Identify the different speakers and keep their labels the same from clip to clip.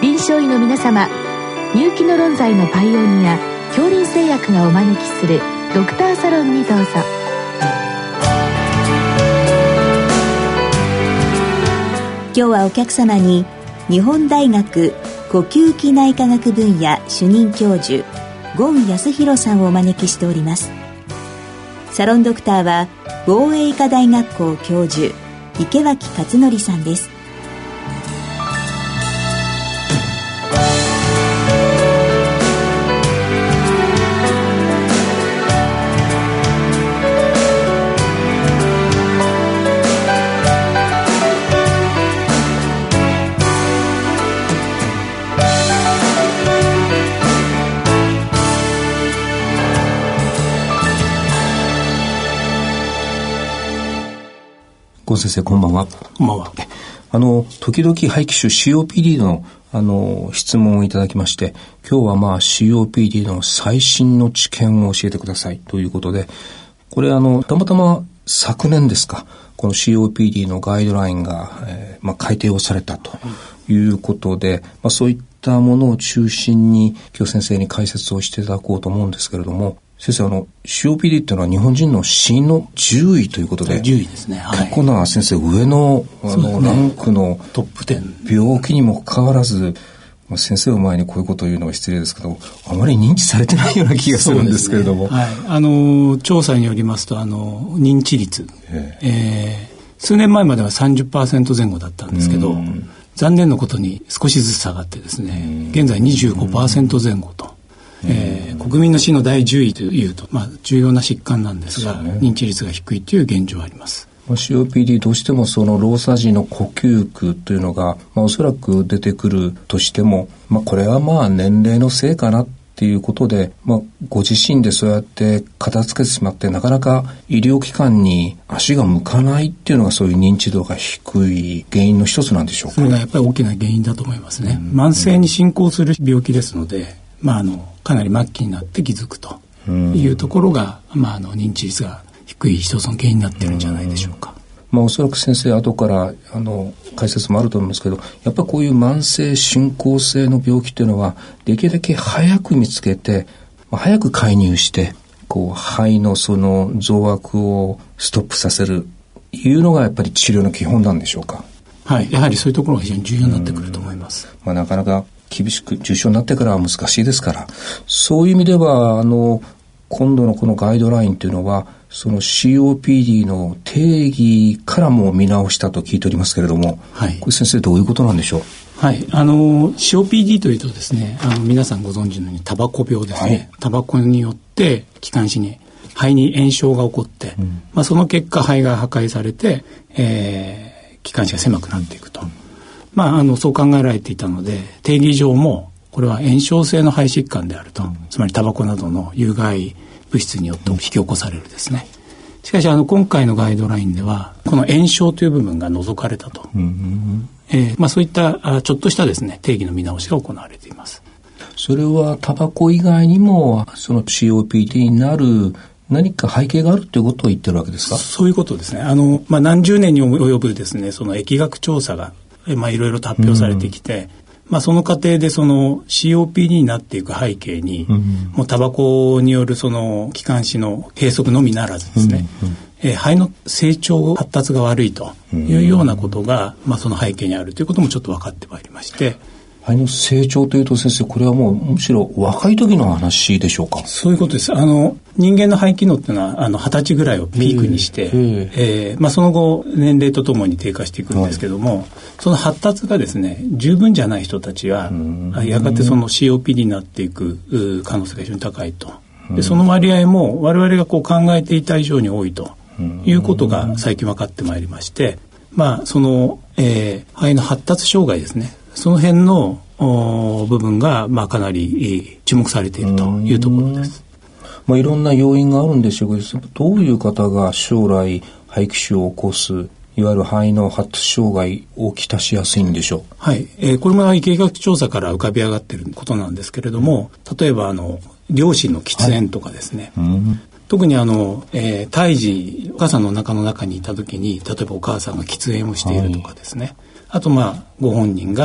Speaker 1: 臨床医の皆様、入気の論剤のパイオニア恐林製薬がお招きするドクターサロンにどうぞ。
Speaker 2: 今日はお客様に日本大学呼吸器内科学分野主任教授権康弘さんをお招きしております。サロンドクターは防衛医科大学校教授池脇勝則さんです。
Speaker 3: 権先生、こんばんは。
Speaker 4: こんばんは。
Speaker 3: 時々肺気腫 COPD の質問をいただきまして、今日はCOPD の最新の知見を教えてくださいということで、これたまたま昨年ですか、この COPD のガイドラインが、改定をされたということで、そういったものを中心に今日先生に解説をしていただこうと思うんですけれども、先生、COPD っていうのは日本人の死因の10位ということで、
Speaker 4: 10位ですね。はい、
Speaker 3: 結構な先生、上の、ランクの
Speaker 4: トップ10
Speaker 3: 病気にもかかわらず、先生を前にこういうことを言うのは失礼ですけど、あまり認知されてないような気がするんですけれども。
Speaker 4: はい、調査によりますと認知率、数年前までは 30% 前後だったんですけど、残念なことに少しずつ下がってですね、現在 25% 前後と。国民の死の第10位というと、重要な疾患なんですが、認知率が低いという現状があります。
Speaker 3: COPD どうしてもその労作時の呼吸苦というのが、おそらく出てくるとしても、これは年齢のせいかなっていうことで、ご自身でそうやって片付けてしまって、なかなか医療機関に足が向かないっていうのが、そういう認知度が低い原因の一つなんでしょうか。
Speaker 4: それがやっぱり大きな原因だと思いますね。慢性に進行する病気ですので、かなり末期になって気づくというところが、認知率が低い一つの原因になっているんじゃないでしょうか。
Speaker 3: おそらく先生、後から解説もあると思うんですけど、やっぱりこういう慢性進行性の病気っていうのは、できるだけ早く見つけて、早く介入して、肺のその増悪をストップさせるいうのがやっぱり治療の基本なんでしょうか。
Speaker 4: はい、やはりそういうところが非常に重要になってくると思います。
Speaker 3: なかなか厳しく重症になってからは難しいですから、そういう意味では今度のこのガイドラインというのは、その COPD の定義からも見直したと聞いておりますけれども、はい、これ先生どういうことなんでしょう。
Speaker 4: はい、COPD というとですね、皆さんご存知のようにタバコ病ですね、はい、タバコによって気管支に肺に炎症が起こって、その結果肺が破壊されて、気管支が狭くなっていくと、そう考えられていたので、定義上もこれは炎症性の肺疾患であると、つまりタバコなどの有害物質によって引き起こされるですね。しかし今回のガイドラインではこの炎症という部分が除かれたと、そういったちょっとしたですね定義の見直しが行われています。
Speaker 3: それはタバコ以外にもその COPD になる何か背景があるということを言ってるわけですか。
Speaker 4: そういうことですね。何十年に及ぶですねその疫学調査がいろいろと発表されてきて、その過程でその COPD になっていく背景に、もうタバコによるその気管支の閉塞のみならずですね、肺の成長発達が悪いというようなことが、その背景にあるということもちょっと分かってまいりまして。
Speaker 3: 肺の成長というと先生、これはもうむしろ若い時の話でしょうか。
Speaker 4: そういうことです。人間の肺機能っていうのは20歳ぐらいをピークにして、その後年齢とともに低下していくんですけども、その発達がですね十分じゃない人たちはやがてその COPD になっていく可能性が非常に高いと。でその割合も我々が考えていた以上に多いということが最近分かってまいりまして、その、肺の発達障害ですね、その辺の部分がかなり注目されているというところです。
Speaker 3: いろんな要因があるんでしょうけど、どういう方が将来肺気腫を起こすいわゆる肺の発達障害をきたしやすいんでしょう。
Speaker 4: はい、これも疫学調査から浮かび上がっていることなんですけれども、例えば両親の喫煙とかですね、特に胎児お母さんの中にいた時に例えばお母さんが喫煙をしているとかですね、あとご本人が、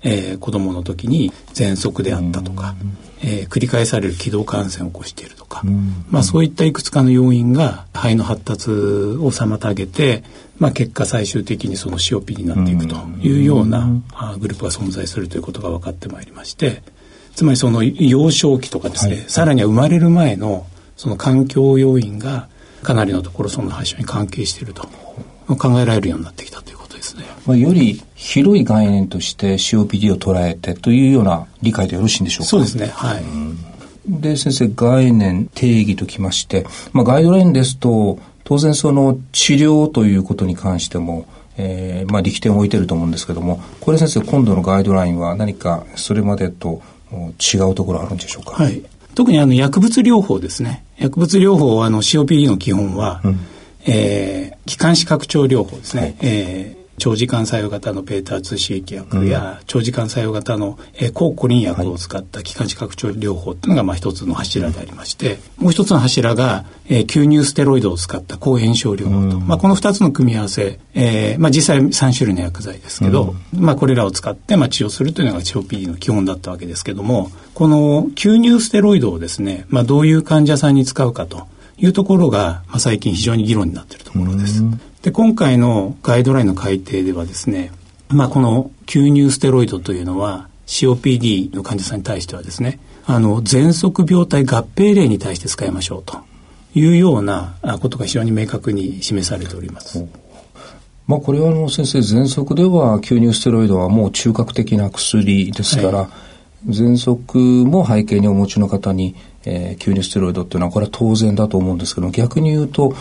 Speaker 4: 子どもの時に喘息であったとか、繰り返される気道感染を起こしているとか、そういったいくつかの要因が肺の発達を妨げて、結果最終的にその COPD になっていくというようなグループが存在するということが分かってまいりまして、つまりその幼少期とかですね、さらには生まれる前のその環境要因がかなりのところその発症に関係していると考えられるようになってきたということですね。
Speaker 3: より広い概念として COPD を捉えてというような理解でよろしいんでしょうか。
Speaker 4: そうですね。はい。
Speaker 3: で、先生、概念定義ときまして、ガイドラインですと当然その治療ということに関しても、力点を置いていると思うんですけども、これ先生、今度のガイドラインは何かそれまでと違うところあるんでしょうか。
Speaker 4: はい。特に薬物療法ですね。薬物療法はCOPD の基本は、気管支拡張療法ですね。長時間作用型の β2 刺激薬や、長時間作用型の抗コリン薬を使った気管支拡張療法というのが一つの柱でありまして、もう一つの柱が吸入ステロイドを使った抗炎症療法と、この2つの組み合わせ、実際3種類の薬剤ですけど、これらを使って治療するというのが COPD の基本だったわけですけども、この吸入ステロイドをですね、どういう患者さんに使うかというところが、最近非常に議論になっているところです。で、今回のガイドラインの改定ではですね、この吸入ステロイドというのは COPD の患者さんに対してはですね、喘息病態合併例に対して使いましょうというようなことが非常に明確に示されております。
Speaker 3: これは先生、喘息では吸入ステロイドはもう中核的な薬ですから、喘息も背景にお持ちの方に吸入ステロイドっていうのはこれは当然だと思うんですけど、逆に言うと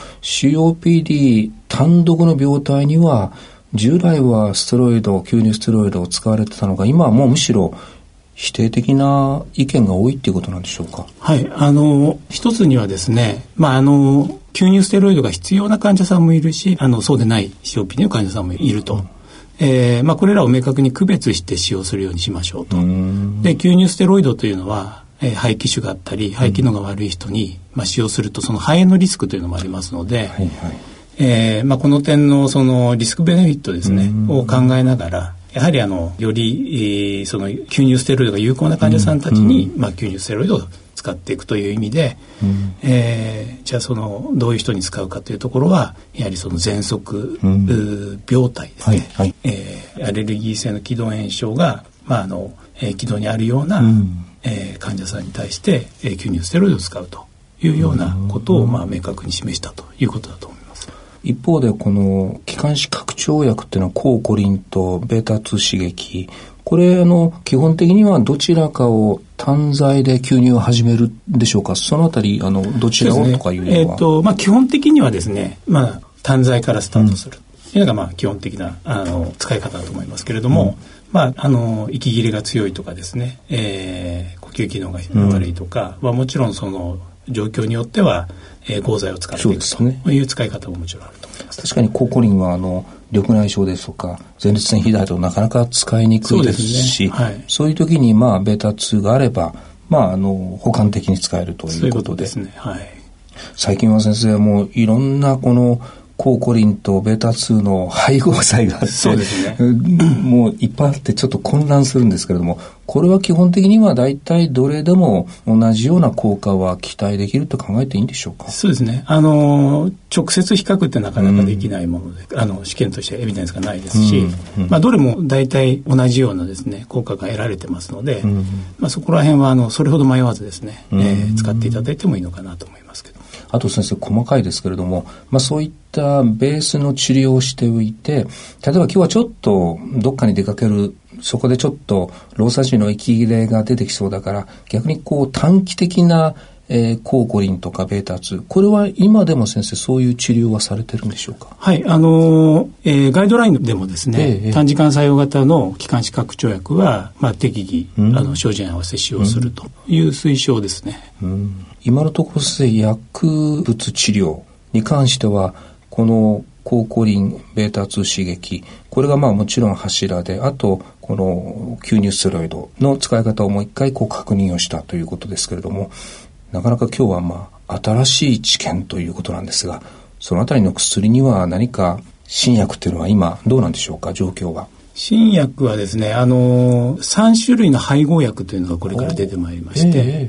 Speaker 3: COPD 単独の病態には従来は吸入ステロイドを使われてたのが、今はもうむしろ否定的な意見が多いっていうことなんでしょうか。
Speaker 4: はい、一つにはですね、吸入ステロイドが必要な患者さんもいるし、そうでない COPD の患者さんもいると。これらを明確に区別して使用するようにしましょうと。で、吸入ステロイドというのは肺気腫があったり肺機能が悪い人に使用するとその肺炎のリスクというのもありますので、この点のそのリスクベネフィットですね、を考えながら、やはりよりその吸入ステロイドが有効な患者さんたちに、吸入ステロイドを使っていくという意味で、じゃあどういう人に使うかというところはやはりその喘息、病態ですね、アレルギー性の気道炎症が、気道にあるような、患者さんに対して、吸入ステロイドを使うというようなことを、明確に示したということだと思います。
Speaker 3: 一方でこの気管支拡張薬っていうのは抗コリンと β2 刺激、これ基本的にはどちらかを単剤で吸入を始めるんでしょうか。そのあたりどちらをとかいうのは、
Speaker 4: 基本的にはですね、単剤からスタートするというのが基本的な使い方だと思いますけれども、息切れが強いとかですね、呼吸機能が悪いとかはもちろんその状況によっては合剤を使っていくという使い方ももちろんあると思います。
Speaker 3: 確かに抗コリンは緑内障ですとか前立腺肥大となかなか使いにくいですし、そういう時にβ2 があれば補完的に使えるということで、
Speaker 4: そういうことですね。
Speaker 3: 最近は先生もういろんなこの抗コリンと β2 の配合剤があって、
Speaker 4: そうですね、
Speaker 3: もういっぱいあってちょっと混乱するんですけれども、これは基本的には大体どれでも同じような効果は期待できると考えていいんでしょうか。
Speaker 4: そうですね、直接比較ってなかなかできないもので、試験としてエビデンスがないですし、どれも大体同じようなですね効果が得られてますので、そこら辺はそれほど迷わずですね、使っていただいてもいいのかなと思いますけど。
Speaker 3: あと先生、細かいですけれども、そういったベースの治療をしておいて、例えば今日はちょっとどっかに出かける、そこでちょっと労作時の息切れが出てきそうだから、逆に短期的な抗コリンとか β2、これは今でも先生そういう治療はされてるんでしょうか。
Speaker 4: はい、ガイドラインでもですね、短時間作用型の気管支拡張薬は、適宜症状に合わせて使用するという推奨ですね。
Speaker 3: 今のところ薬物治療に関してはこの抗コリン β2 刺激、これがもちろん柱で、あとこの吸入ステロイドの使い方をもう一回確認をしたということですけれども、なかなか今日は新しい知見ということなんですが、そのあたりの薬には何か新薬というのは今どうなんでしょうか、状況は。
Speaker 4: 新薬はですね、3種類の配合薬というのがこれから出てまいりまして、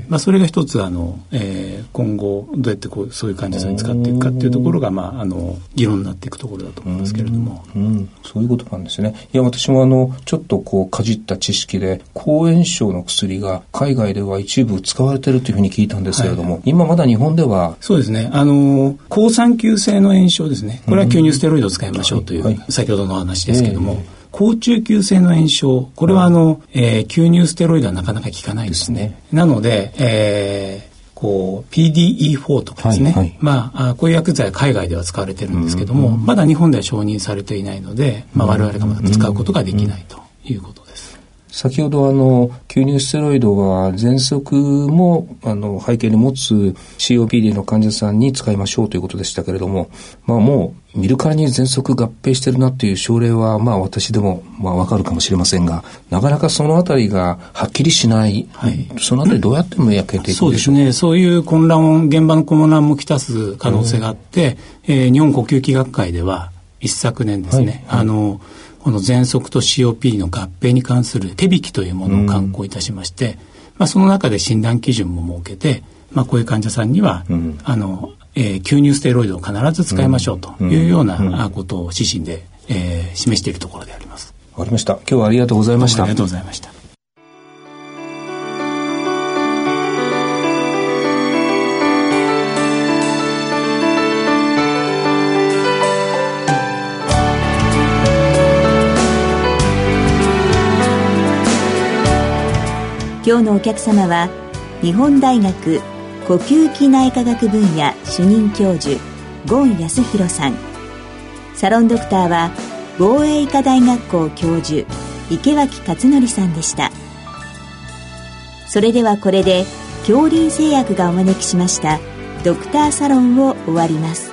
Speaker 4: それが一つ今後どうやってそういう患者さんに使っていくかっていうところが、議論になっていくところだと思うんですけれども、
Speaker 3: そういうことなんですね。いや、私もちょっとかじった知識で、抗炎症の薬が海外では一部使われているというふうに聞いたんですけれども、今まだ日本では。
Speaker 4: そうですね、抗酸球性の炎症ですね、これは吸入ステロイドを使いましょうという、先ほどの話ですけども、好中球性の炎症、これは吸入ステロイドはなかなか効かないですね。なので、PDE4 とかですね、こういう薬剤は海外では使われてるんですけども、まだ日本では承認されていないので、我々がまだ使うことができないということです。
Speaker 3: 先ほど吸入ステロイドは喘息も背景に持つ COPD の患者さんに使いましょうということでしたけれども、もう見るからに喘息合併してるなっていう症例は私でもわかるかもしれませんが、なかなかそのあたりがはっきりしない、そのあたりどうやって見分けていくんでしょうか。そうですね、そういう現場の混乱もきたす可能性があって、日本呼吸器学会では一昨年ですね、この喘息と COPD の合併に関する手引きというものを刊行いたしまして、その中で診断基準も設けて、こういう患者さんには、吸入ステロイドを必ず使いましょうというようなことを指針で、示しているところであります。わかりました。今日はありがとうございました。
Speaker 4: ありがとうございました。
Speaker 2: 今日のお客様は日本大学呼吸器内科学分野主任教授権康弘さん、サロンドクターは防衛医科大学校教授池脇勝則さんでした。それではこれで京林製薬がお招きしましたドクターサロンを終わります。